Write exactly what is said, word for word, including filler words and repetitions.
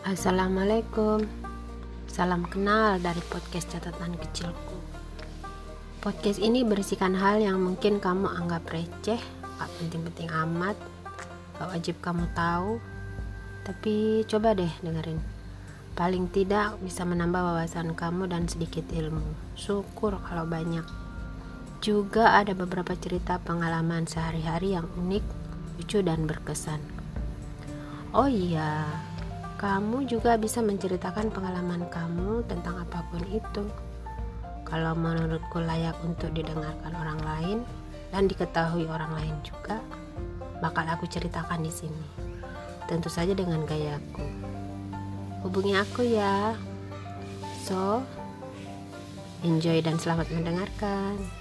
Assalamualaikum. Salam kenal dari podcast catatan kecilku. Podcast ini berisikan hal yang mungkin kamu anggap receh, gak penting-penting amat, gak wajib kamu tahu. Tapi coba deh dengerin. Paling tidak bisa menambah wawasan kamu dan sedikit ilmu. Syukur kalau banyak. Juga ada beberapa cerita pengalaman sehari-hari yang unik, lucu dan berkesan. Oh iya, kamu juga bisa menceritakan pengalaman kamu tentang apapun itu. Kalau menurutku layak untuk didengarkan orang lain dan diketahui orang lain juga, bakal aku ceritakan di sini. Tentu saja dengan gayaku. Hubungi aku ya. So, enjoy dan selamat mendengarkan.